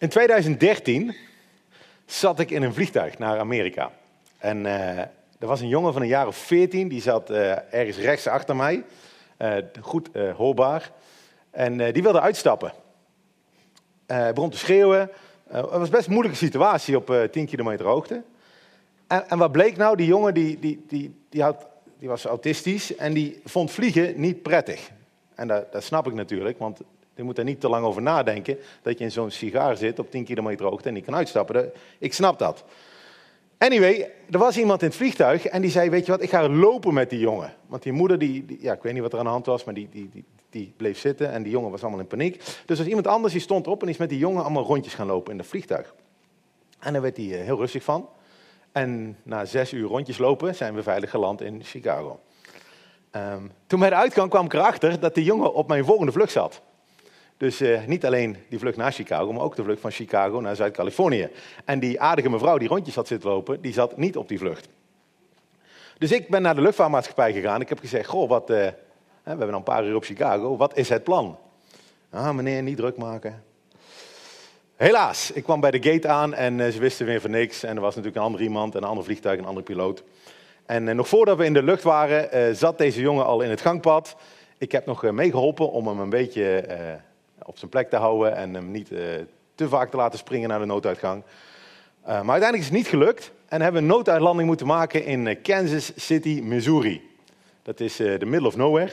In 2013 zat ik in een vliegtuig naar Amerika. En er was een jongen van een jaar of 14, die zat ergens rechts achter mij. Goed hoorbaar. En die wilde uitstappen. Hij begon te schreeuwen. Het was best een moeilijke situatie op 10 kilometer hoogte. En wat bleek nou? Die jongen die was autistisch en die vond vliegen niet prettig. En dat snap ik natuurlijk, want je moet er niet te lang over nadenken dat je in zo'n sigaar zit op 10 kilometer hoogte en niet kan uitstappen. Ik snap dat. Anyway, er was iemand in het vliegtuig en die zei, weet je wat, ik ga lopen met die jongen. Want die moeder, ik weet niet wat er aan de hand was, maar die bleef zitten en die jongen was allemaal in paniek. Dus er was iemand anders, die stond erop en is met die jongen allemaal rondjes gaan lopen in het vliegtuig. En daar werd hij heel rustig van. En na 6 uur rondjes lopen zijn we veilig geland in Chicago. Toen bij de uitgang kwam ik erachter dat die jongen op mijn volgende vlucht zat. Dus niet alleen die vlucht naar Chicago, maar ook de vlucht van Chicago naar Zuid-Californië. En die aardige mevrouw die rondjes had zitten lopen, die zat niet op die vlucht. Dus ik ben naar de luchtvaartmaatschappij gegaan. Ik heb gezegd, we hebben al een paar uur op Chicago, wat is het plan? Meneer, niet druk maken. Helaas, ik kwam bij de gate aan en ze wisten weer van niks. En er was natuurlijk een ander iemand, een ander vliegtuig, een andere piloot. En nog voordat we in de lucht waren, zat deze jongen al in het gangpad. Ik heb nog meegeholpen om hem een beetje op zijn plek te houden en hem niet te vaak te laten springen naar de nooduitgang. Maar uiteindelijk is het niet gelukt en hebben we een nooduitlanding moeten maken in Kansas City, Missouri. Dat is the middle of nowhere.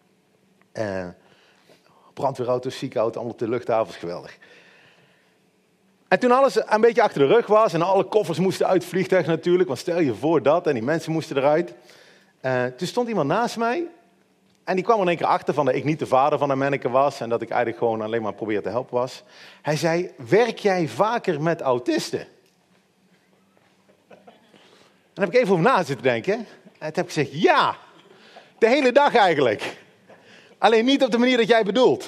Brandweerauto's, ziekenauto's, allemaal op de luchthavens, geweldig. En toen alles een beetje achter de rug was en alle koffers moesten uit het vliegtuig natuurlijk, want stel je voor dat en die mensen moesten eruit. Toen stond iemand naast mij en die kwam er in één keer achter van dat ik niet de vader van een manneke was en dat ik eigenlijk gewoon alleen maar probeerde te helpen was. Hij zei, werk jij vaker met autisten? En daar heb ik even over na zitten denken. En toen heb ik gezegd, ja, de hele dag eigenlijk. Alleen niet op de manier dat jij bedoelt.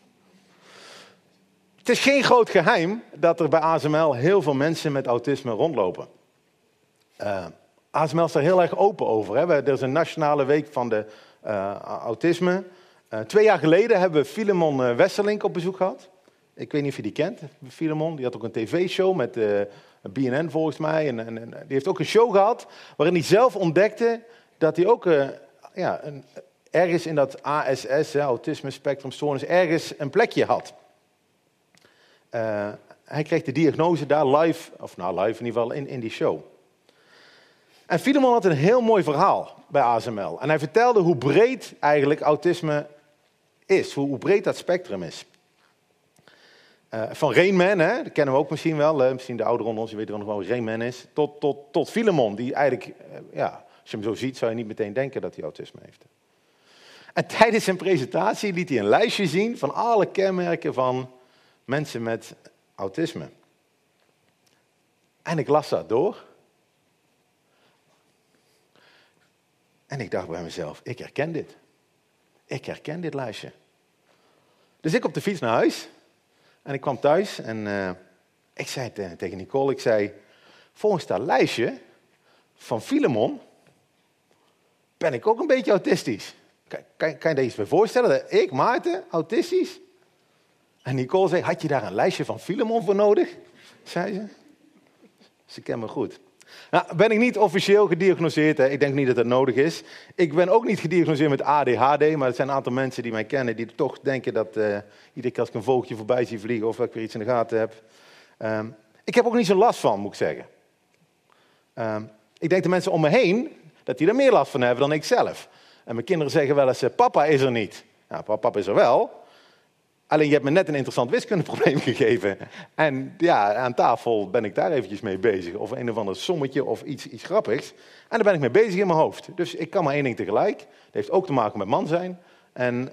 Het is geen groot geheim dat er bij ASML heel veel mensen met autisme rondlopen. ASML is daar heel erg open over. Hè? Er is een nationale week van de autisme. 2 jaar geleden hebben we Filemon Wesselink op bezoek gehad. Ik weet niet of je die kent, Filemon. Die had ook een tv-show met BNN volgens mij. En die heeft ook een show gehad waarin hij zelf ontdekte dat hij ook ergens in dat ASS, autisme spectrum stoornis, ergens een plekje had. Hij kreeg de diagnose daar live in ieder geval in die show. En Filemon had een heel mooi verhaal bij ASML. En hij vertelde hoe breed eigenlijk autisme is, hoe breed dat spectrum is. Van Rain Man, dat kennen we ook misschien wel, misschien de ouderen onder ons, je weet nog wel wie Rain Man is, tot Filemon, die eigenlijk, als je hem zo ziet, zou je niet meteen denken dat hij autisme heeft. En tijdens zijn presentatie liet hij een lijstje zien van alle kenmerken van mensen met autisme. En ik las dat door. En ik dacht bij mezelf, ik herken dit. Ik herken dit lijstje. Dus ik op de fiets naar huis. En ik kwam thuis en ik zei tegen Nicole, volgens dat lijstje van Filemon ben ik ook een beetje autistisch. Kan je daar iets bij voorstellen? Dat ik, Maarten, autistisch? En Nicole zei, had je daar een lijstje van Filemon voor nodig? Zei ze. Ze kent me goed. Nou, ben ik niet officieel gediagnoseerd. Hè? Ik denk niet dat dat nodig is. Ik ben ook niet gediagnoseerd met ADHD, maar er zijn een aantal mensen die mij kennen die toch denken dat iedere keer als ik een vogeltje voorbij zie vliegen of dat ik weer iets in de gaten heb. Ik heb ook niet zo last van, moet ik zeggen. Ik denk de mensen om me heen, dat die er meer last van hebben dan ik zelf. En mijn kinderen zeggen wel eens, papa is er niet. Nou, papa is er wel. Alleen je hebt me net een interessant wiskundeprobleem gegeven. En ja, aan tafel ben ik daar eventjes mee bezig. Of een of ander sommetje of iets grappigs. En daar ben ik mee bezig in mijn hoofd. Dus ik kan maar 1 ding tegelijk. Dat heeft ook te maken met man zijn. En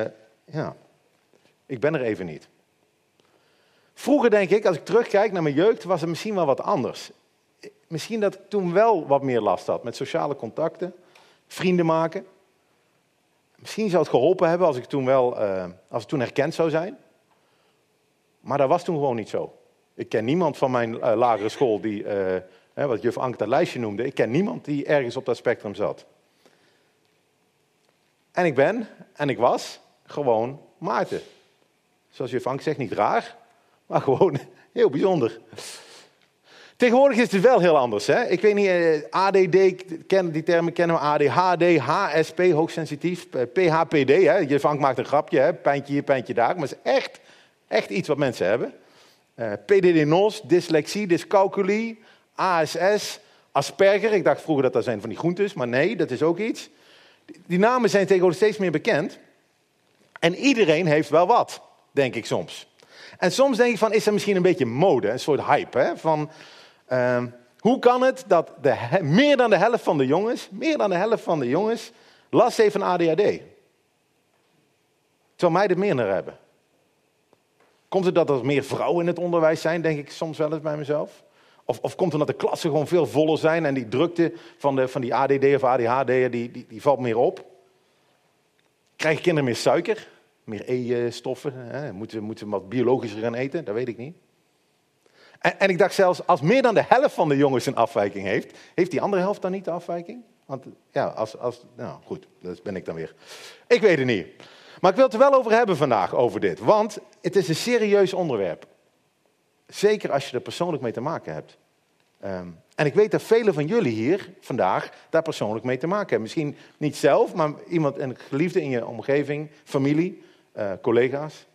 ik ben er even niet. Vroeger denk ik, als ik terugkijk naar mijn jeugd, was het misschien wel wat anders. Misschien dat ik toen wel wat meer last had met sociale contacten. Vrienden maken. Misschien zou het geholpen hebben als ik toen herkend zou zijn. Maar dat was toen gewoon niet zo. Ik ken niemand van mijn lagere school die, wat juf Anke dat lijstje noemde, ik ken niemand die ergens op dat spectrum zat. En ik was gewoon Maarten. Zoals juf Anke zegt, niet raar, Maar gewoon heel bijzonder. Tegenwoordig is het wel heel anders. Hè? Ik weet niet, ADD, die termen kennen we. ADHD, HSP, hoogsensitief. PHPD, hè? Je vangt maakt een grapje, hè? Pijntje hier, pijntje daar. Maar het is echt iets wat mensen hebben. PDD-NOS, dyslexie, dyscalculie, ASS, Asperger. Ik dacht vroeger dat dat zijn van die groentes, maar nee, dat is ook iets. Die namen zijn tegenwoordig steeds meer bekend. En iedereen heeft wel wat, denk ik soms. En soms denk ik van, is er misschien een beetje mode, een soort hype, hè? Van, hoe kan het dat meer dan de helft van de jongens last heeft van ADHD? Terwijl mij er meer naar hebben. Komt het dat er meer vrouwen in het onderwijs zijn, denk ik soms wel eens bij mezelf? Of komt het omdat de klassen gewoon veel voller zijn en die drukte van die ADD of ADHD, die valt meer op? Krijgen kinderen meer suiker? Meer E-stoffen? Moeten we wat biologischer gaan eten? Dat weet ik niet. En ik dacht zelfs, als meer dan de helft van de jongens een afwijking heeft die andere helft dan niet de afwijking? Want ja, nou goed, dat ben ik dan weer. Ik weet het niet. Maar ik wil het er wel over hebben vandaag, over dit. Want het is een serieus onderwerp. Zeker als je er persoonlijk mee te maken hebt. En ik weet dat velen van jullie hier vandaag daar persoonlijk mee te maken hebben. Misschien niet zelf, maar iemand, een geliefde in je omgeving, familie, collega's.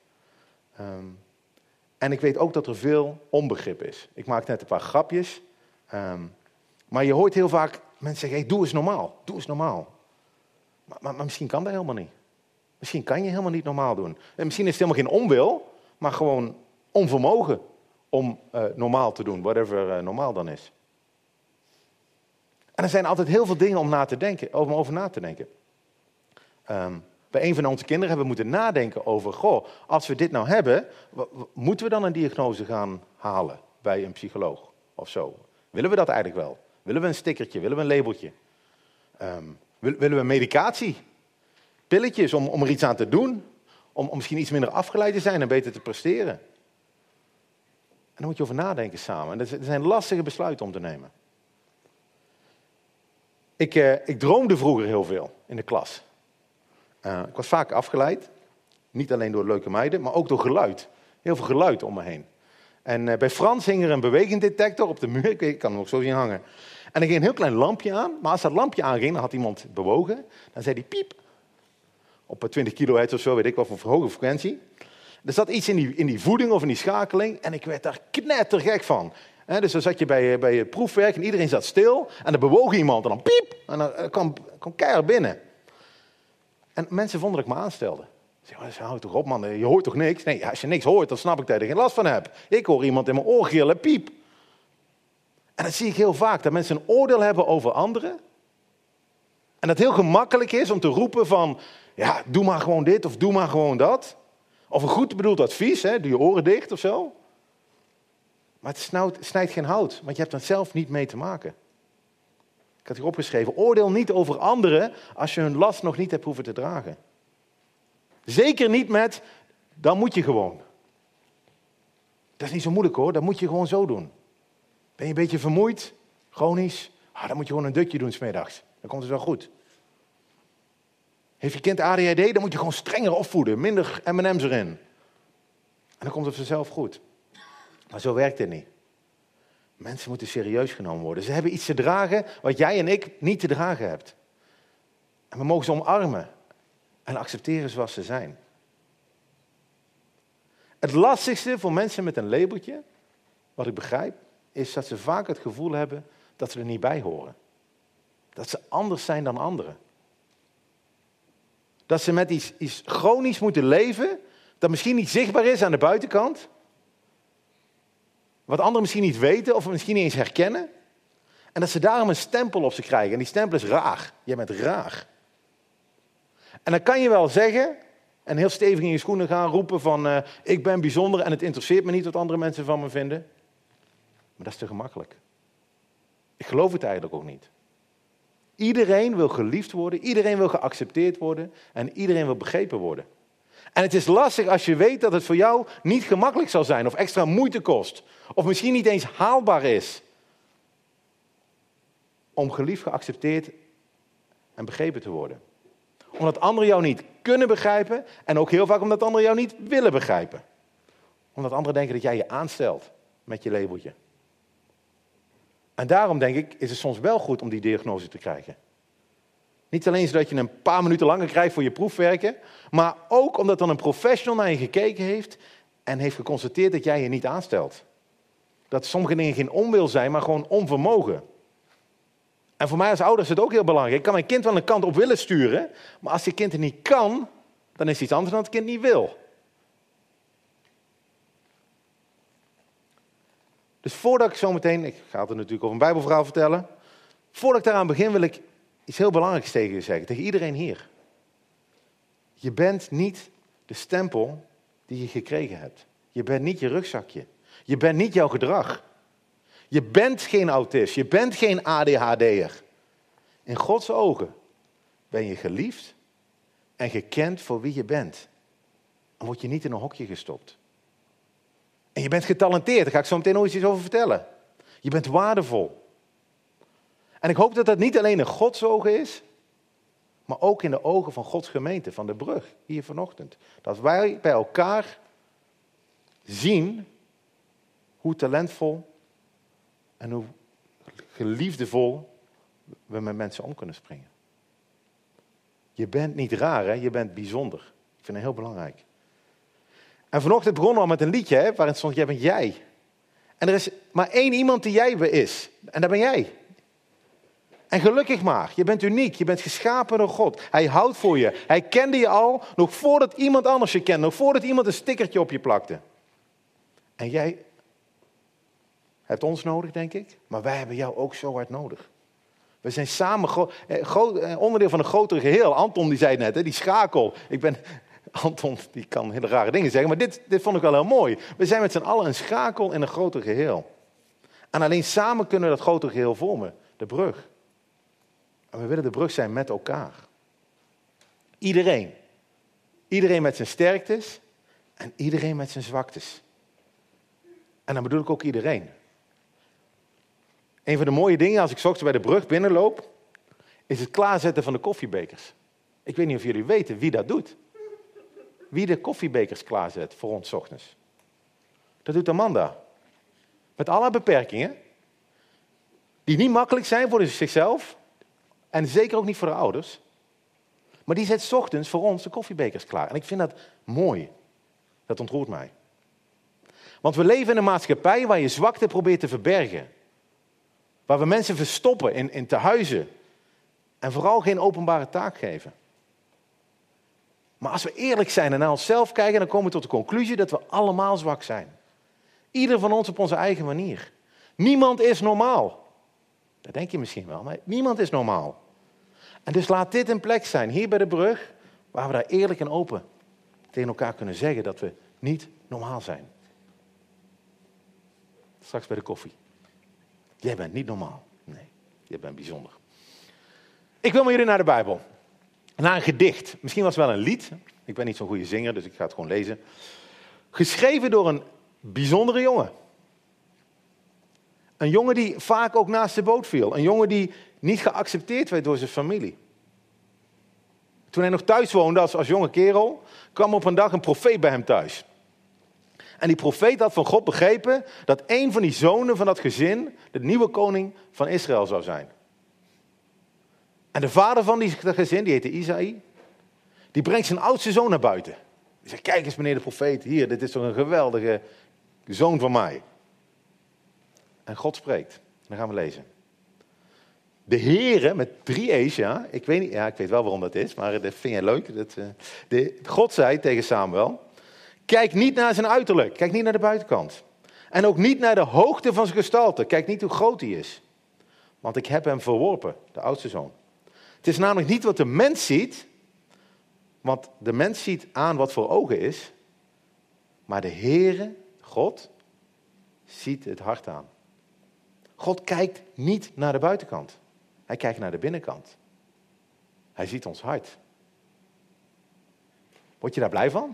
En ik weet ook dat er veel onbegrip is. Ik maak net een paar grapjes. Maar je hoort heel vaak mensen zeggen, hey, doe eens normaal. Doe eens normaal. Maar misschien kan dat helemaal niet. Misschien kan je helemaal niet normaal doen. En misschien is het helemaal geen onwil, maar gewoon onvermogen om normaal te doen. Whatever normaal dan is. En er zijn altijd heel veel dingen om over na te denken. Bij een van onze kinderen hebben we moeten nadenken over, als we dit nou hebben, moeten we dan een diagnose gaan halen bij een psycholoog of zo? Willen we dat eigenlijk wel? Willen we een stickertje? Willen we een labeltje? Willen we medicatie? Pilletjes om er iets aan te doen? Om misschien iets minder afgeleid te zijn en beter te presteren? En daar moet je over nadenken samen. En er zijn lastige besluiten om te nemen. Ik droomde vroeger heel veel in de klas. Ik was vaak afgeleid. Niet alleen door leuke meiden, maar ook door geluid. Heel veel geluid om me heen. En bij Frans hing er een bewegingsdetector op de muur. Ik kan hem ook zo zien hangen. En er ging een heel klein lampje aan. Maar als dat lampje aanging, dan had iemand bewogen. Dan zei hij piep. Op 20 kilohertz of zo, weet ik wel, voor hoge frequentie. Er zat iets in die voeding of in die schakeling. En ik werd daar knettergek van. Dus dan zat je bij het proefwerk en iedereen zat stil. En dan bewoog iemand en dan piep. En dan kwam keihard binnen. En mensen vonden dat ik me aanstelde. Ze zeiden, hou toch op man, je hoort toch niks? Nee, als je niks hoort, dan snap ik dat je er geen last van hebt. Ik hoor iemand in mijn oor gillen, piep. En dat zie ik heel vaak, dat mensen een oordeel hebben over anderen. En dat het heel gemakkelijk is om te roepen van, ja, doe maar gewoon dit of doe maar gewoon dat. Of een goed bedoeld advies, doe je oren dicht of zo. Maar het snijdt geen hout, want je hebt er zelf niet mee te maken. Ik had hier opgeschreven, oordeel niet over anderen als je hun last nog niet hebt hoeven te dragen. Zeker niet met, dan moet je gewoon. Dat is niet zo moeilijk hoor, dat moet je gewoon zo doen. Ben je een beetje vermoeid, chronisch, dan moet je gewoon een dutje doen 's middags. Dan komt het wel goed. Heeft je kind ADHD, dan moet je gewoon strenger opvoeden, minder M&M's erin. En dan komt het vanzelf goed. Maar zo werkt het niet. Mensen moeten serieus genomen worden. Ze hebben iets te dragen wat jij en ik niet te dragen hebt. En we mogen ze omarmen en accepteren zoals ze zijn. Het lastigste voor mensen met een labeltje, wat ik begrijp, is dat ze vaak het gevoel hebben dat ze er niet bij horen. Dat ze anders zijn dan anderen. Dat ze met iets chronisch moeten leven, dat misschien niet zichtbaar is aan de buitenkant. Wat anderen misschien niet weten of misschien niet eens herkennen. En dat ze daarom een stempel op ze krijgen. En die stempel is raar. Jij bent raar. En dan kan je wel zeggen, en heel stevig in je schoenen gaan roepen van, ik ben bijzonder en het interesseert me niet wat andere mensen van me vinden. Maar dat is te gemakkelijk. Ik geloof het eigenlijk ook niet. Iedereen wil geliefd worden, iedereen wil geaccepteerd worden en iedereen wil begrepen worden. En het is lastig als je weet dat het voor jou niet gemakkelijk zal zijn of extra moeite kost. Of misschien niet eens haalbaar is. Om geliefd, geaccepteerd en begrepen te worden. Omdat anderen jou niet kunnen begrijpen en ook heel vaak omdat anderen jou niet willen begrijpen. Omdat anderen denken dat jij je aanstelt met je labeltje. En daarom denk ik, is het soms wel goed om die diagnose te krijgen. Niet alleen zodat je een paar minuten langer krijgt voor je proefwerken, maar ook omdat dan een professional naar je gekeken heeft en heeft geconstateerd dat jij je niet aanstelt. Dat sommige dingen geen onwil zijn, maar gewoon onvermogen. En voor mij als ouder is het ook heel belangrijk. Ik kan mijn kind wel een kant op willen sturen, maar als je kind het niet kan, dan is het iets anders dan het kind niet wil. Dus voordat ik zo meteen, ik ga het er natuurlijk over een Bijbelverhaal vertellen. Voordat ik daaraan begin wil ik iets heel belangrijks tegen je zeggen. Tegen iedereen hier. Je bent niet de stempel die je gekregen hebt. Je bent niet je rugzakje. Je bent niet jouw gedrag. Je bent geen autist. Je bent geen ADHD'er. In Gods ogen ben je geliefd en gekend voor wie je bent. Dan word je niet in een hokje gestopt. En je bent getalenteerd, daar ga ik zo meteen nog iets over vertellen. Je bent waardevol. En ik hoop dat dat niet alleen in Gods ogen is, maar ook in de ogen van Gods gemeente, van de brug, hier vanochtend. Dat wij bij elkaar zien hoe talentvol en hoe geliefdevol we met mensen om kunnen springen. Je bent niet raar, hè? Je bent bijzonder. Ik vind het heel belangrijk. En vanochtend begonnen we al met een liedje, hè, waarin stond, jij bent jij. En er is maar één iemand die jij is. En dat ben jij. En gelukkig maar, je bent uniek, je bent geschapen door God. Hij houdt voor je. Hij kende je al, nog voordat iemand anders je kende. Nog voordat iemand een stickertje op je plakte. En jij hebt ons nodig, denk ik. Maar wij hebben jou ook zo hard nodig. We zijn samen onderdeel van een grotere geheel. Anton die zei net, hè, die schakel. Anton die kan hele rare dingen zeggen, maar dit vond ik wel heel mooi. We zijn met z'n allen een schakel in een groter geheel. En alleen samen kunnen we dat grotere geheel vormen. De brug. En we willen de brug zijn met elkaar. Iedereen. Iedereen met zijn sterktes en iedereen met zijn zwaktes. En dan bedoel ik ook iedereen. Een van de mooie dingen als ik 's ochtends bij de brug binnenloop, is het klaarzetten van de koffiebekers. Ik weet niet of jullie weten wie dat doet. Wie de koffiebekers klaarzet voor ons 's ochtends. Dat doet Amanda. Met alle beperkingen. Die niet makkelijk zijn voor zichzelf. En zeker ook niet voor de ouders. Maar die zet 's ochtends voor ons de koffiebekers klaar. En ik vind dat mooi. Dat ontroert mij. Want we leven in een maatschappij waar je zwakte probeert te verbergen. Waar we mensen verstoppen in tehuizen. En vooral geen openbare taak geven. Maar als we eerlijk zijn en naar onszelf kijken, dan komen we tot de conclusie dat we allemaal zwak zijn. Ieder van ons op onze eigen manier. Niemand is normaal. Dat denk je misschien wel, maar niemand is normaal. En dus laat dit een plek zijn, hier bij de brug, waar we daar eerlijk en open tegen elkaar kunnen zeggen dat we niet normaal zijn. Straks bij de koffie. Jij bent niet normaal. Nee, jij bent bijzonder. Ik wil met jullie naar de Bijbel. Naar een gedicht. Misschien was het wel een lied. Ik ben niet zo'n goede zinger, dus ik ga het gewoon lezen. Geschreven door een bijzondere jongen. Een jongen die vaak ook naast de boot viel. Een jongen die niet geaccepteerd werd door zijn familie. Toen hij nog thuis woonde als jonge kerel, kwam op een dag een profeet bij hem thuis. En die profeet had van God begrepen dat een van die zonen van dat gezin de nieuwe koning van Israël zou zijn. En de vader van dat gezin, die heette Isaï, die brengt zijn oudste zoon naar buiten. Die zegt, kijk eens meneer de profeet, hier, dit is toch een geweldige zoon van mij. En God spreekt. Dan gaan we lezen. De Heere, met 3 E's, ja, ik weet wel waarom dat is, maar dat vind jij leuk. God zei tegen Samuel, kijk niet naar zijn uiterlijk, kijk niet naar de buitenkant. En ook niet naar de hoogte van zijn gestalte, kijk niet hoe groot hij is. Want ik heb hem verworpen, de oudste zoon. Het is namelijk niet wat de mens ziet, want de mens ziet aan wat voor ogen is, maar de Heere, God, ziet het hart aan. God kijkt niet naar de buitenkant. Hij kijkt naar de binnenkant. Hij ziet ons hart. Word je daar blij van?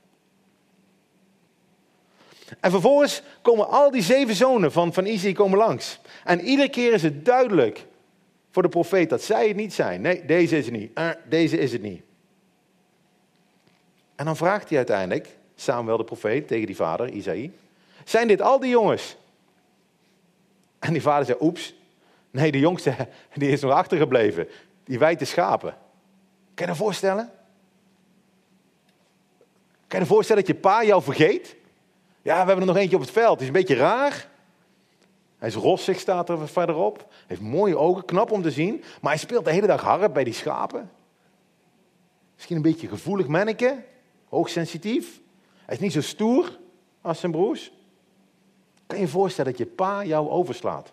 En vervolgens komen al die 7 zonen van Isaï komen langs. En iedere keer is het duidelijk voor de profeet dat zij het niet zijn. Nee, deze is het niet. Deze is het niet. En dan vraagt hij uiteindelijk, Samuel de profeet tegen die vader, Isaïe. Zijn dit al die jongens? En die vader zei, oeps. Nee, de jongste die is nog achtergebleven. Die wijdt de schapen. Kan je je voorstellen? Kan je je voorstellen dat je pa jou vergeet? Ja, we hebben er nog eentje op het veld. Het is een beetje raar. Hij is rossig, staat er verderop. Hij heeft mooie ogen, knap om te zien. Maar hij speelt de hele dag harp bij die schapen. Misschien een beetje gevoelig manneke. Hoogsensitief. Hij is niet zo stoer als zijn broers. Kan je je voorstellen dat je pa jou overslaat?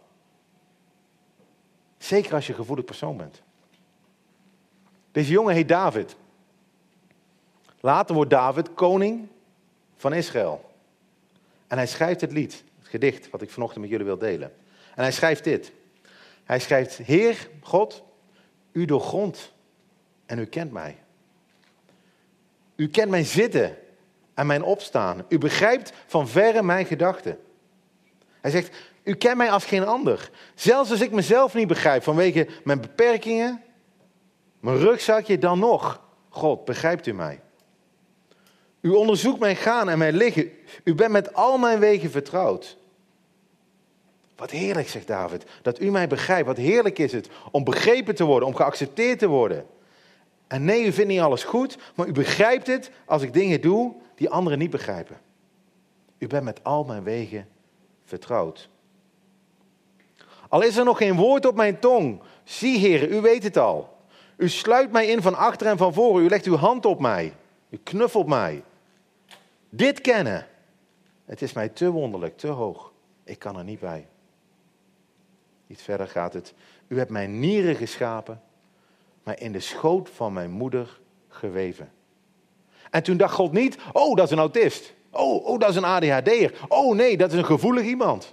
Zeker als je een gevoelig persoon bent. Deze jongen heet David. Later wordt David koning van Israël. En hij schrijft het lied, het gedicht, wat ik vanochtend met jullie wil delen. En hij schrijft dit. Hij schrijft, Heer, God, u doorgrondt en u kent mij. U kent mijn zitten en mijn opstaan. U begrijpt van verre mijn gedachten. Hij zegt, u kent mij als geen ander. Zelfs als ik mezelf niet begrijp vanwege mijn beperkingen, mijn rugzakje, dan nog. God, begrijpt u mij? U onderzoekt mijn gaan en mijn liggen. U bent met al mijn wegen vertrouwd. Wat heerlijk, zegt David, dat u mij begrijpt. Wat heerlijk is het om begrepen te worden, om geaccepteerd te worden. En nee, u vindt niet alles goed, maar u begrijpt het als ik dingen doe die anderen niet begrijpen. U bent met al mijn wegen vertrouwd. Al is er nog geen woord op mijn tong. Zie, Heer, u weet het al. U sluit mij in van achter en van voren. U legt uw hand op mij. U knuffelt mij. Dit kennen. Het is mij te wonderlijk, te hoog. Ik kan er niet bij. Iets verder gaat het. U hebt mijn nieren geschapen, mij in de schoot van mijn moeder geweven. En toen dacht God niet, oh, dat is een autist. Oh, dat is een ADHD'er. Oh nee, dat is een gevoelig iemand.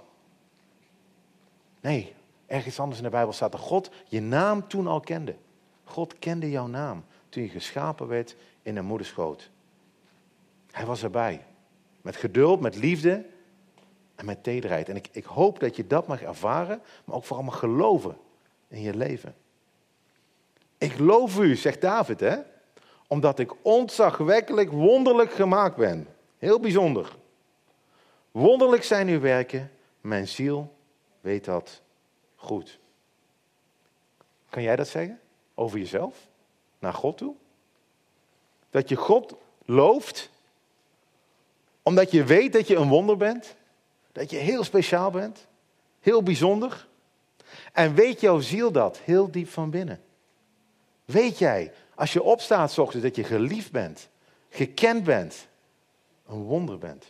Nee, ergens anders in de Bijbel staat dat God je naam toen al kende. God kende jouw naam toen je geschapen werd in een moederschoot. Hij was erbij. Met geduld, met liefde en met tederheid. En ik hoop dat je dat mag ervaren, maar ook vooral mag geloven in je leven. Ik loof u, zegt David, hè? Omdat ik ontzagwekkelijk wonderlijk gemaakt ben. Heel bijzonder. Wonderlijk zijn uw werken, mijn ziel weet dat goed. Kan jij dat zeggen over jezelf? Naar God toe? Dat je God looft, omdat je weet dat je een wonder bent? Dat je heel speciaal bent? Heel bijzonder? En weet jouw ziel dat heel diep van binnen? Weet jij, als je opstaat 's ochtends, dat je geliefd bent, gekend bent, een wonder bent?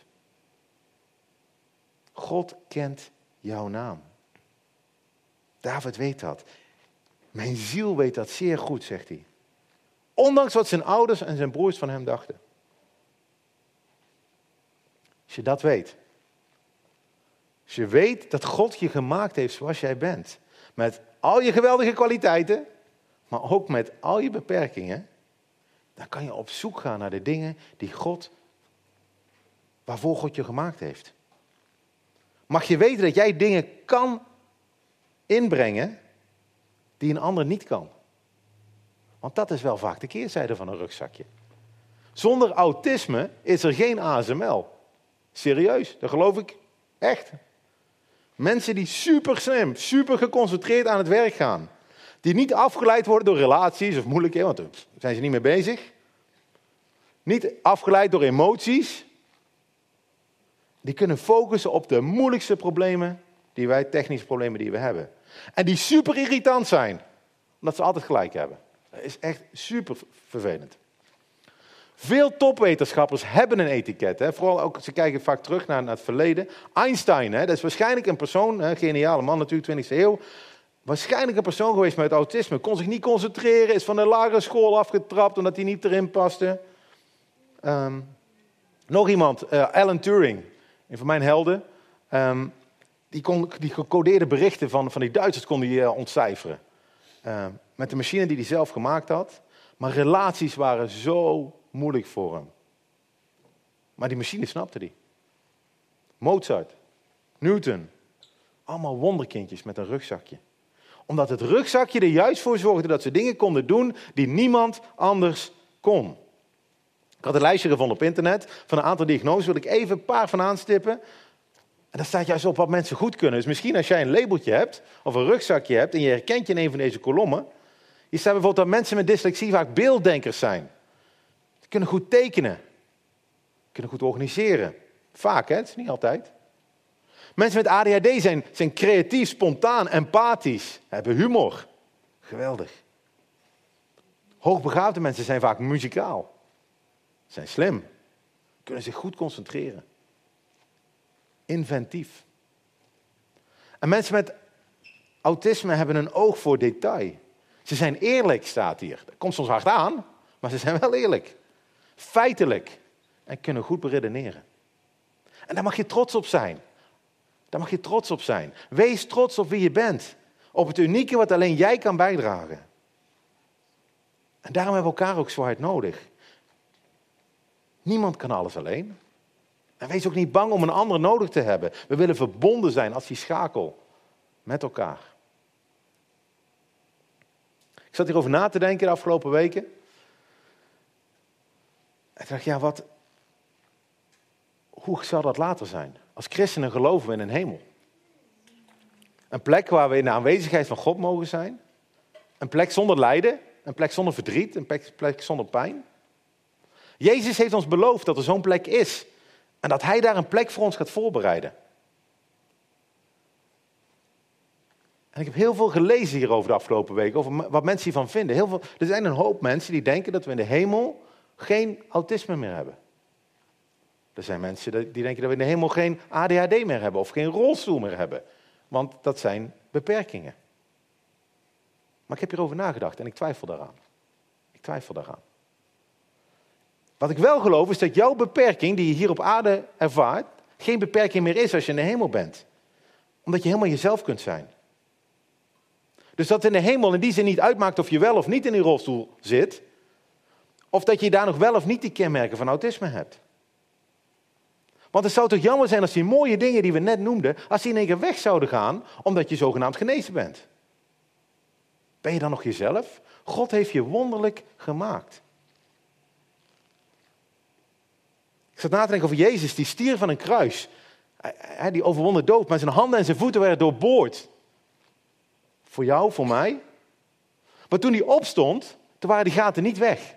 God kent jouw naam. David weet dat. Mijn ziel weet dat zeer goed, zegt hij. Ondanks wat zijn ouders en zijn broers van hem dachten. Als je dat weet. Als je weet dat God je gemaakt heeft zoals jij bent. Met al je geweldige kwaliteiten, maar ook met al je beperkingen. Dan kan je op zoek gaan naar de dingen waarvoor God je gemaakt heeft. Mag je weten dat jij dingen kan inbrengen die een ander niet kan. Want dat is wel vaak de keerzijde van een rugzakje. Zonder autisme is er geen ASML. Serieus, dat geloof ik echt. Mensen die super slim, super geconcentreerd aan het werk gaan. Die niet afgeleid worden door relaties of moeilijkheden, want daar zijn ze niet mee bezig. Niet afgeleid door emoties. Die kunnen focussen op de moeilijkste problemen technische problemen die we hebben. En die super irritant zijn, omdat ze altijd gelijk hebben. Dat is echt super vervelend. Veel topwetenschappers hebben een etiket. Hè? Vooral ook, ze kijken vaak terug naar het verleden. Einstein, hè? Dat is waarschijnlijk een persoon, een geniale man natuurlijk, 20e eeuw. Waarschijnlijk een persoon geweest met autisme. Kon zich niet concentreren, is van de lagere school afgetrapt omdat hij niet erin paste. Nog iemand, Alan Turing, een van mijn helden. Die gecodeerde berichten van die Duitsers kon hij ontcijferen. Met de machine die hij zelf gemaakt had. Maar relaties waren zo moeilijk voor hem. Maar die machine snapte hij. Mozart, Newton, allemaal wonderkindjes met een rugzakje. Omdat het rugzakje er juist voor zorgde dat ze dingen konden doen die niemand anders kon. Ik had een lijstje gevonden op internet van een aantal diagnoses. Wil ik even een paar van aanstippen. En daar staat juist op wat mensen goed kunnen. Dus misschien als jij een labeltje hebt of een rugzakje hebt en je herkent je in een van deze kolommen. Hier staat bijvoorbeeld dat mensen met dyslexie vaak beelddenkers zijn. Ze kunnen goed tekenen. Kunnen goed organiseren. Vaak, hè? Het is niet altijd. Mensen met ADHD zijn creatief, spontaan, empathisch. Hebben humor. Geweldig. Hoogbegaafde mensen zijn vaak muzikaal. Zijn slim. Kunnen zich goed concentreren. Inventief. En mensen met autisme hebben een oog voor detail. Ze zijn eerlijk, staat hier. Dat komt soms hard aan, maar ze zijn wel eerlijk. Feitelijk. En kunnen goed beredeneren. En daar mag je trots op zijn. Daar mag je trots op zijn. Wees trots op wie je bent. Op het unieke wat alleen jij kan bijdragen. En daarom hebben we elkaar ook zo hard nodig. Niemand kan alles alleen. En wees ook niet bang om een ander nodig te hebben. We willen verbonden zijn als die schakel met elkaar. Ik zat hierover na te denken de afgelopen weken. En ik dacht, ja, hoe zal dat later zijn? Als christenen geloven we in een hemel. Een plek waar we in de aanwezigheid van God mogen zijn. Een plek zonder lijden. Een plek zonder verdriet. Een plek zonder pijn. Jezus heeft ons beloofd dat er zo'n plek is. En dat hij daar een plek voor ons gaat voorbereiden. En ik heb heel veel gelezen hierover de afgelopen weken. Over wat mensen hiervan vinden. Er zijn een hoop mensen die denken dat we in de hemel geen autisme meer hebben. Er zijn mensen die denken dat we in de hemel geen ADHD meer hebben. Of geen rolstoel meer hebben. Want dat zijn beperkingen. Maar ik heb hierover nagedacht en ik twijfel daaraan. Wat ik wel geloof is dat jouw beperking die je hier op aarde ervaart, geen beperking meer is als je in de hemel bent. Omdat je helemaal jezelf kunt zijn. Dus dat in de hemel in die zin niet uitmaakt of je wel of niet in die rolstoel zit. Of dat je daar nog wel of niet die kenmerken van autisme hebt. Want het zou toch jammer zijn als die mooie dingen die we net noemden, als die in één keer weg zouden gaan, omdat je zogenaamd genezen bent. Ben je dan nog jezelf? God heeft je wonderlijk gemaakt. Ik zat na te denken over Jezus, die stierf van een kruis. Die overwon de dood, maar zijn handen en zijn voeten werden doorboord. Voor jou, voor mij. Maar toen hij opstond, toen waren die gaten niet weg.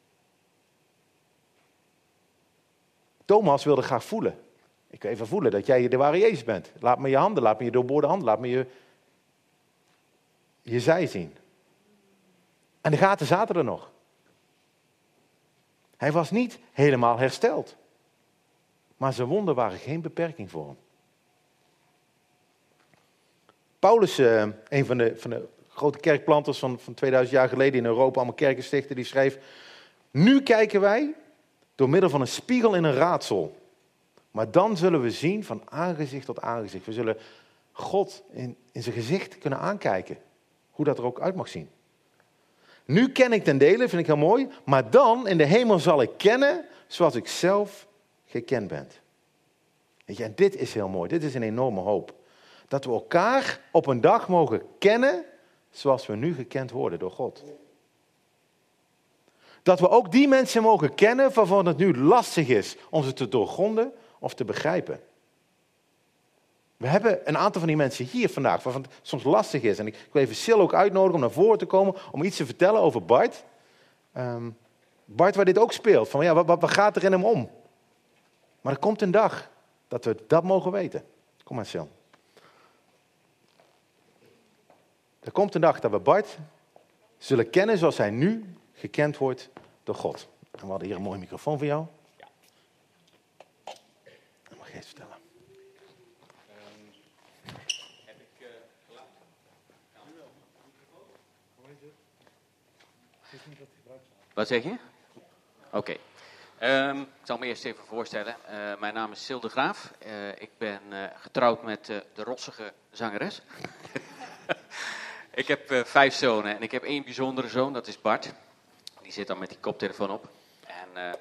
Thomas wilde graag voelen. Ik wil even voelen dat jij de ware Jezus bent. Laat me je handen, laat me je doorboorde handen, laat me je zij zien. En de gaten zaten er nog. Hij was niet helemaal hersteld. Maar zijn wonden waren geen beperking voor hem. Paulus, een van de grote kerkplanters van 2000 jaar geleden in Europa, allemaal kerken stichten, die schreef: nu kijken wij door middel van een spiegel in een raadsel. Maar dan zullen we zien van aangezicht tot aangezicht. We zullen God in zijn gezicht kunnen aankijken. Hoe dat er ook uit mag zien. Nu ken ik ten dele, vind ik heel mooi. Maar dan in de hemel zal ik kennen zoals ik zelf gekend ben. Weet je, en dit is heel mooi. Dit is een enorme hoop. Dat we elkaar op een dag mogen kennen zoals we nu gekend worden door God. Dat we ook die mensen mogen kennen waarvan het nu lastig is om ze te doorgronden of te begrijpen. We hebben een aantal van die mensen hier vandaag waarvan het soms lastig is. En ik wil even Sil ook uitnodigen om naar voren te komen om iets te vertellen over Bart. Bart waar dit ook speelt. Van, ja, wat gaat er in hem om? Maar er komt een dag dat we dat mogen weten. Kom maar, Sil. Er komt een dag dat we Bart zullen kennen zoals hij nu gekend wordt door God. En we hadden hier een mooie microfoon voor jou. Ja. Dat mag je eens vertellen. Heb ik geluid? Wat zeg je? Oké. Ik zal me eerst even voorstellen. Mijn naam is Sil de Graaf. Ik ben getrouwd met de rossige zangeres. Ik heb 5 zonen en ik heb 1 bijzondere zoon, dat is Bart. Die zit dan met die koptelefoon op. En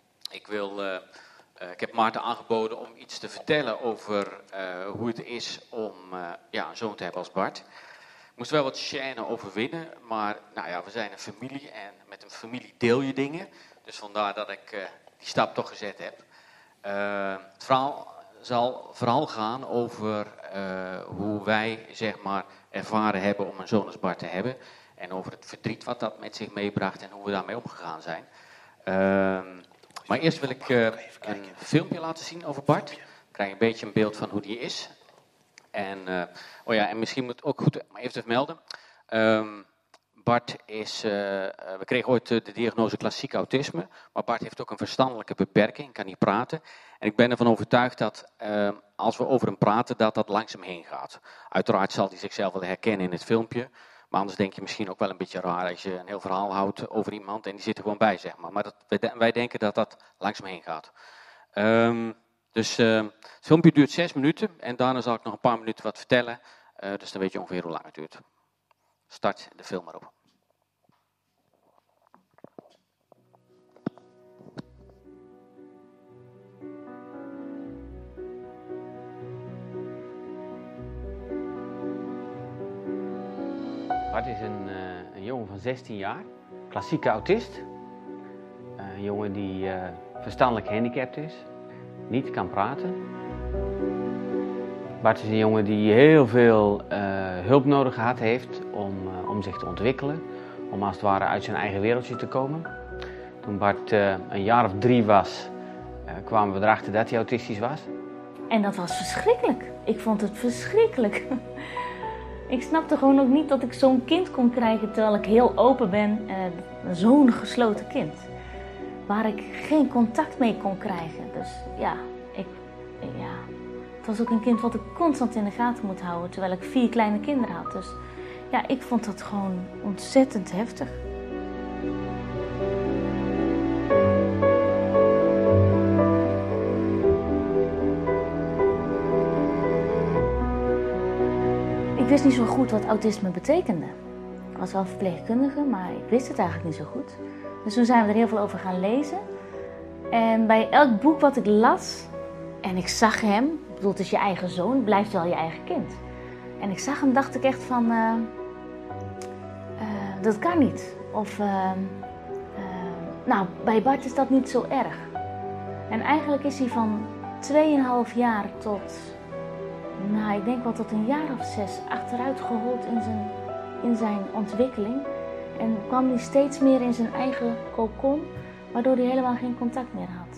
ik heb Maarten aangeboden om iets te vertellen over hoe het is om een zoon te hebben als Bart. Ik moest wel wat gêne overwinnen, maar nou ja, we zijn een familie en met een familie deel je dingen. Dus vandaar dat ik die stap toch gezet heb. Het verhaal zal vooral gaan over hoe wij, zeg maar, ervaren hebben om een zoon als Bart te hebben. En over het verdriet wat dat met zich meebracht en hoe we daarmee omgegaan zijn. Maar eerst wil ik een filmpje laten zien over Bart. Dan krijg je een beetje een beeld van hoe die is. En, en misschien moet het ook goed even te vermelden. Bart is, we kregen ooit de diagnose klassiek autisme, maar Bart heeft ook een verstandelijke beperking, kan niet praten. En ik ben ervan overtuigd dat als we over hem praten, dat langzaam heen gaat. Uiteraard zal hij zichzelf wel herkennen in het filmpje, maar anders denk je misschien ook wel een beetje raar als je een heel verhaal houdt over iemand en die zit er gewoon bij, zeg maar. Maar wij denken dat langzaam heen gaat. Het filmpje duurt 6 minuten en daarna zal ik nog een paar minuten wat vertellen. Dus dan weet je ongeveer hoe lang het duurt. Start de film maar op. Bart is een jongen van 16 jaar, klassieke autist. Een jongen die verstandelijk gehandicapt is, niet kan praten. Bart is een jongen die heel veel hulp nodig gehad heeft om zich te ontwikkelen. Om als het ware uit zijn eigen wereldje te komen. Toen Bart een jaar of 3 was, kwamen we erachter dat hij autistisch was. En dat was verschrikkelijk. Ik vond het verschrikkelijk. Ik snapte gewoon ook niet dat ik zo'n kind kon krijgen terwijl ik heel open ben. Zo'n gesloten kind. Waar ik geen contact mee kon krijgen. Dus ja, het was ook een kind wat ik constant in de gaten moet houden. Terwijl ik 4 kleine kinderen had. Dus ja, ik vond dat gewoon ontzettend heftig. Ik wist niet zo goed wat autisme betekende. Ik was wel verpleegkundige, maar ik wist het eigenlijk niet zo goed. Dus toen zijn we er heel veel over gaan lezen. En bij elk boek wat ik las, en ik zag hem, ik bedoel, het is je eigen zoon, blijft wel je eigen kind. En ik zag hem, dacht ik echt van, dat kan niet. Of, bij Bart is dat niet zo erg. En eigenlijk is hij van 2,5 jaar tot, ik denk wel tot een jaar of 6 achteruit gehold in zijn ontwikkeling. En kwam hij steeds meer in zijn eigen kokon, waardoor hij helemaal geen contact meer had.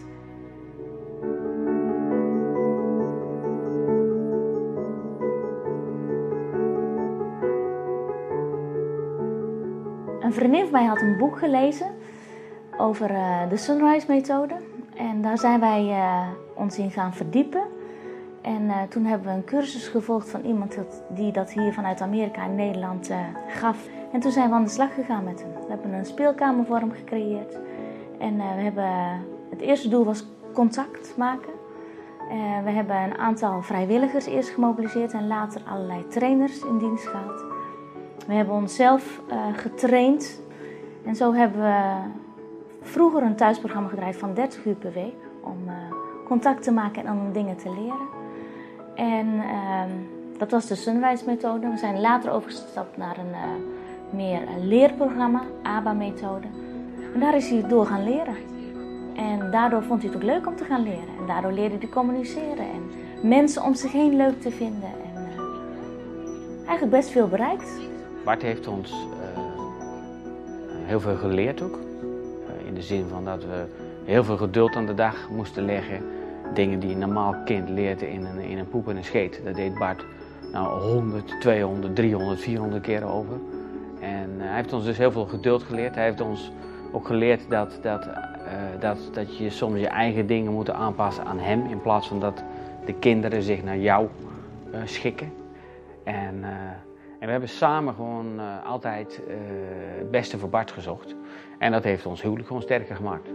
Een vriendin van mij had een boek gelezen over de Sunrise-methode. En daar zijn wij ons in gaan verdiepen. En toen hebben we een cursus gevolgd van iemand die dat hier vanuit Amerika in Nederland gaf. En toen zijn we aan de slag gegaan met hem. We hebben een speelkamer voor hem gecreëerd. En het eerste doel was contact maken. We hebben een aantal vrijwilligers eerst gemobiliseerd en later allerlei trainers in dienst gehad. We hebben onszelf getraind. En zo hebben we vroeger een thuisprogramma gedraaid van 30 uur per week. Om contact te maken en om dingen te leren. En dat was de Sunrise-methode. We zijn later overgestapt naar een meer leerprogramma, ABA-methode. En daar is hij door gaan leren. En daardoor vond hij het ook leuk om te gaan leren. En daardoor leerde hij communiceren en mensen om zich heen leuk te vinden. En eigenlijk best veel bereikt. Bart heeft ons heel veel geleerd ook. In de zin van dat we heel veel geduld aan de dag moesten leggen. Dingen die een normaal kind leert in een poep en een scheet. Dat deed Bart 100, 200, 300, 400 keer over. En hij heeft ons dus heel veel geduld geleerd. Hij heeft ons ook geleerd dat je soms je eigen dingen moet aanpassen aan hem. In plaats van dat de kinderen zich naar jou schikken. En we hebben samen gewoon altijd het beste voor Bart gezocht. En dat heeft ons huwelijk gewoon sterker gemaakt.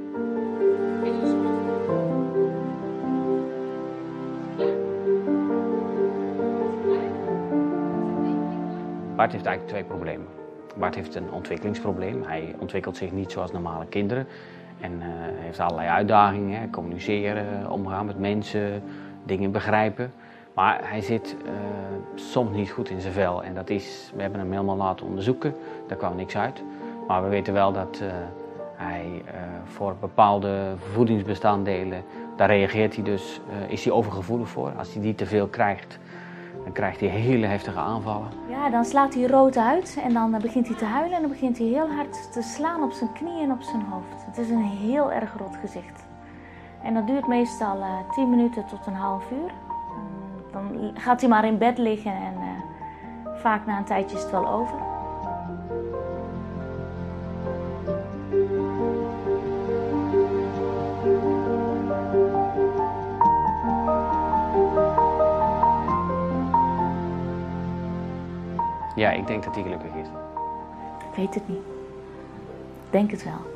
Bart heeft eigenlijk 2 problemen. Bart heeft een ontwikkelingsprobleem. Hij ontwikkelt zich niet zoals normale kinderen. En heeft allerlei uitdagingen. Hè. Communiceren, omgaan met mensen, dingen begrijpen. Maar hij zit soms niet goed in zijn vel. En we hebben hem helemaal laten onderzoeken. Daar kwam niks uit. Maar we weten wel dat Voor bepaalde voedingsbestanddelen, daar reageert hij dus, is hij overgevoelig voor. Als hij die te veel krijgt, dan krijgt hij hele heftige aanvallen. Ja, dan slaat hij rood uit en dan begint hij te huilen en dan begint hij heel hard te slaan op zijn knieën en op zijn hoofd. Het is een heel erg rot gezicht. En dat duurt meestal 10 minuten tot een half uur. Dan gaat hij maar in bed liggen en vaak na een tijdje is het wel over. Ja, ik denk dat hij gelukkig is. Ik weet het niet. Ik denk het wel.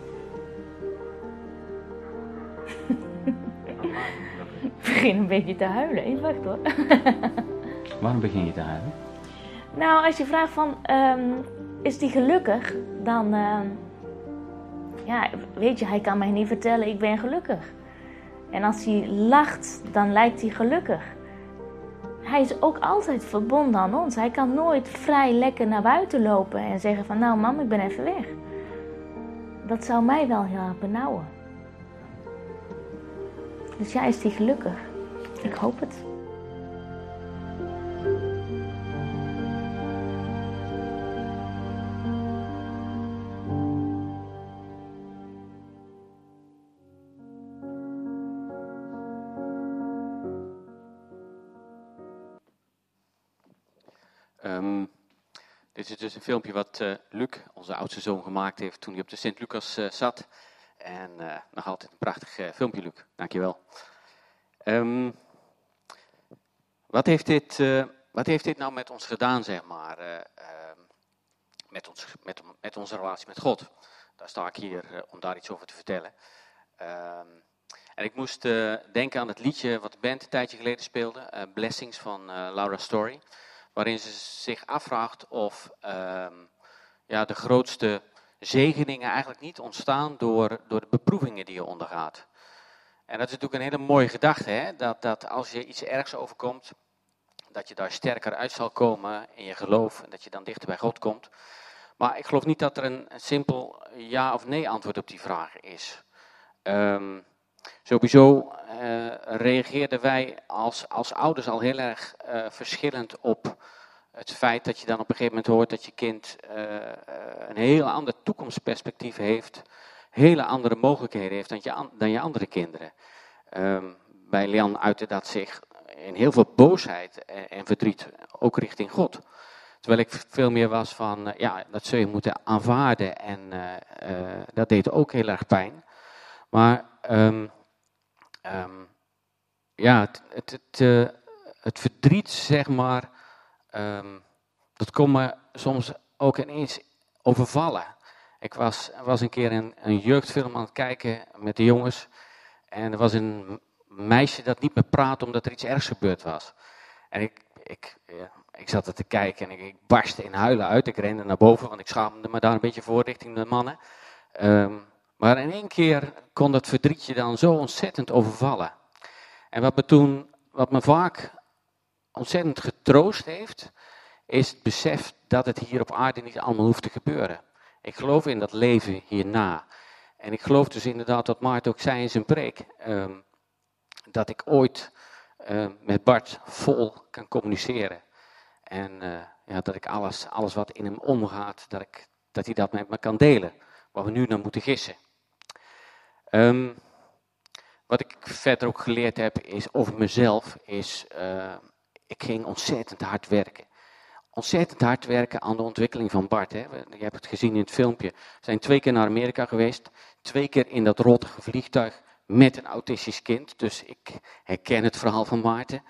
Ik begin een beetje te huilen. Even wacht hoor. Waarom begin je te huilen? Nou, als je vraagt van, is die gelukkig? Dan, ja, weet je, hij kan mij niet vertellen, ik ben gelukkig. En als hij lacht, dan lijkt hij gelukkig. Hij is ook altijd verbonden aan ons. Hij kan nooit vrij lekker naar buiten lopen en zeggen van, nou mam, ik ben even weg. Dat zou mij wel heel erg benauwen. Dus ja, is hij gelukkig? Ik hoop het. Dit is dus een filmpje wat Luc, onze oudste zoon, gemaakt heeft toen hij op de Sint-Lucas zat. En nog altijd een prachtig filmpje, Luc. Dankjewel. Wat heeft dit nou met ons gedaan, zeg maar, met onze relatie met God? Daar sta ik hier om daar iets over te vertellen. En ik moest denken aan het liedje wat de band een tijdje geleden speelde, Blessings van Laura Story. Waarin ze zich afvraagt of de grootste zegeningen eigenlijk niet ontstaan door de beproevingen die je ondergaat. En dat is natuurlijk een hele mooie gedachte, hè? Dat als je iets ergs overkomt, dat je daar sterker uit zal komen in je geloof en dat je dan dichter bij God komt. Maar ik geloof niet dat er een simpel ja of nee antwoord op die vraag is. Sowieso reageerden wij als ouders al heel erg verschillend op het feit dat je dan op een gegeven moment hoort dat je kind een heel ander toekomstperspectief heeft, hele andere mogelijkheden heeft dan je andere kinderen. Bij Leon uitte dat zich in heel veel boosheid en verdriet, ook richting God. Terwijl ik veel meer was van, dat zul je moeten aanvaarden en dat deed ook heel erg pijn. Maar het verdriet, zeg maar, dat kon me soms ook ineens overvallen. Ik was een keer een jeugdfilm aan het kijken met de jongens. En er was een meisje dat niet meer praatte omdat er iets ergs gebeurd was. En ik zat er te kijken en ik barstte in huilen uit. Ik rende naar boven, want ik schaamde me daar een beetje voor richting de mannen. Maar in één keer kon dat verdrietje dan zo ontzettend overvallen. En wat me vaak ontzettend getroost heeft, is het besef dat het hier op aarde niet allemaal hoeft te gebeuren. Ik geloof in dat leven hierna. En ik geloof dus inderdaad wat Maarten ook zei in zijn preek, dat ik ooit met Bart vol kan communiceren. En dat ik alles wat in hem omgaat, dat hij dat met me kan delen. Waar we nu naar moeten gissen. Wat ik verder ook geleerd heb is over mezelf, ik ging ontzettend hard werken. Ontzettend hard werken aan de ontwikkeling van Bart. Hè. Je hebt het gezien in het filmpje. We zijn 2 keer naar Amerika geweest. 2 keer in dat rottige vliegtuig met een autistisch kind. Dus ik herken het verhaal van Maarten.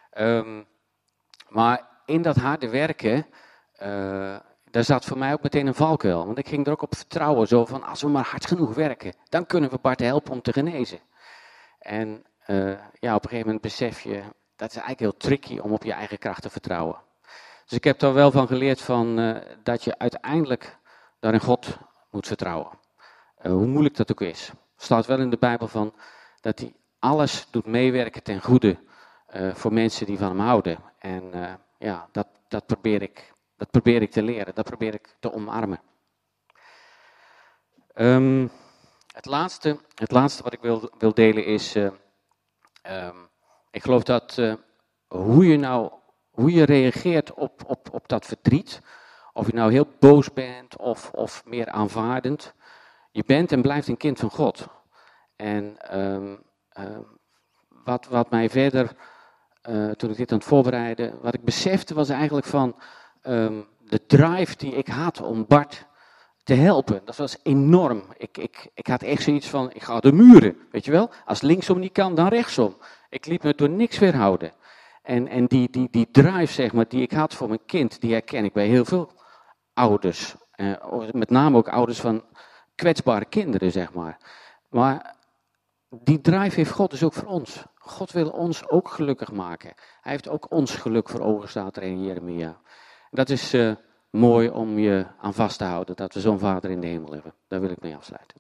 Maar in dat harde werken, daar zat voor mij ook meteen een valkuil. Want ik ging er ook op vertrouwen. Zo van, als we maar hard genoeg werken, dan kunnen we Bart helpen om te genezen. En op een gegeven moment besef je, dat is eigenlijk heel tricky om op je eigen kracht te vertrouwen. Dus ik heb daar wel van geleerd dat je uiteindelijk daar in God moet vertrouwen. Hoe moeilijk dat ook is. Er staat wel in de Bijbel van dat hij alles doet meewerken ten goede voor mensen die van hem houden. En dat probeer ik te leren, dat probeer ik te omarmen. Het laatste wat ik wil delen is, ik geloof dat hoe je reageert op dat verdriet, of je nou heel boos bent of meer aanvaardend, je bent en blijft een kind van God. En wat mij verder, toen ik dit aan het voorbereiden, wat ik besefte was eigenlijk van de drive die ik had om Bart te helpen. Dat was enorm. Ik had echt zoiets van, ik ga de muren, weet je wel. Als linksom niet kan, dan rechtsom. Ik liet me door niks weerhouden. En die drive, zeg maar, die ik had voor mijn kind, die herken ik bij heel veel ouders. Met name ook ouders van kwetsbare kinderen, zeg maar. Maar die drive heeft God dus ook voor ons. God wil ons ook gelukkig maken. Hij heeft ook ons geluk voor ogen, staat er in Jeremia. Dat is mooi om je aan vast te houden, dat we zo'n Vader in de hemel hebben. Daar wil ik mee afsluiten.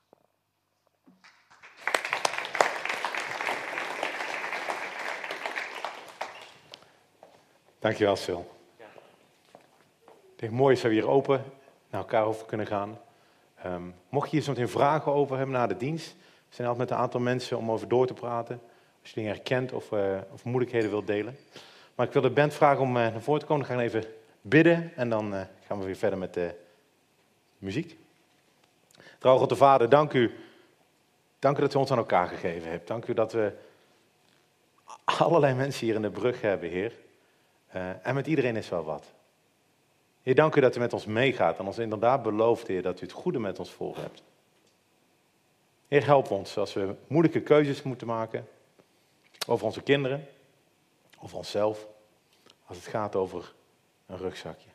Dankjewel, Sil. Het is mooi als we hier open naar elkaar over kunnen gaan. Mocht je hier zo meteen vragen over hebben na de dienst, we zijn altijd met een aantal mensen om over door te praten. Als je dingen herkent of moeilijkheden wilt delen. Maar ik wil de band vragen om naar voren te komen. Dan gaan we even bidden en dan gaan we weer verder met de muziek. Trouw God de Vader, dank u. Dank u dat u ons aan elkaar gegeven hebt. Dank u dat we allerlei mensen hier in de brug hebben, Heer. En met iedereen is wel wat. Heer, dank u dat u met ons meegaat en ons inderdaad belooft, Heer, dat u het goede met ons voor hebt. Heer, help ons als we moeilijke keuzes moeten maken over onze kinderen, over onszelf, als het gaat over een rugzakje.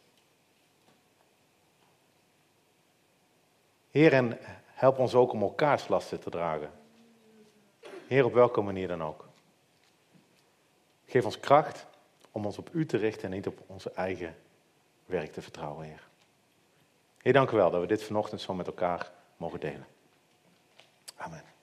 Heer, en help ons ook om elkaars lasten te dragen. Heer, op welke manier dan ook. Geef ons kracht om ons op u te richten en niet op onze eigen werk te vertrouwen, Heer. Heer, dank u wel dat we dit vanochtend zo met elkaar mogen delen. Amen.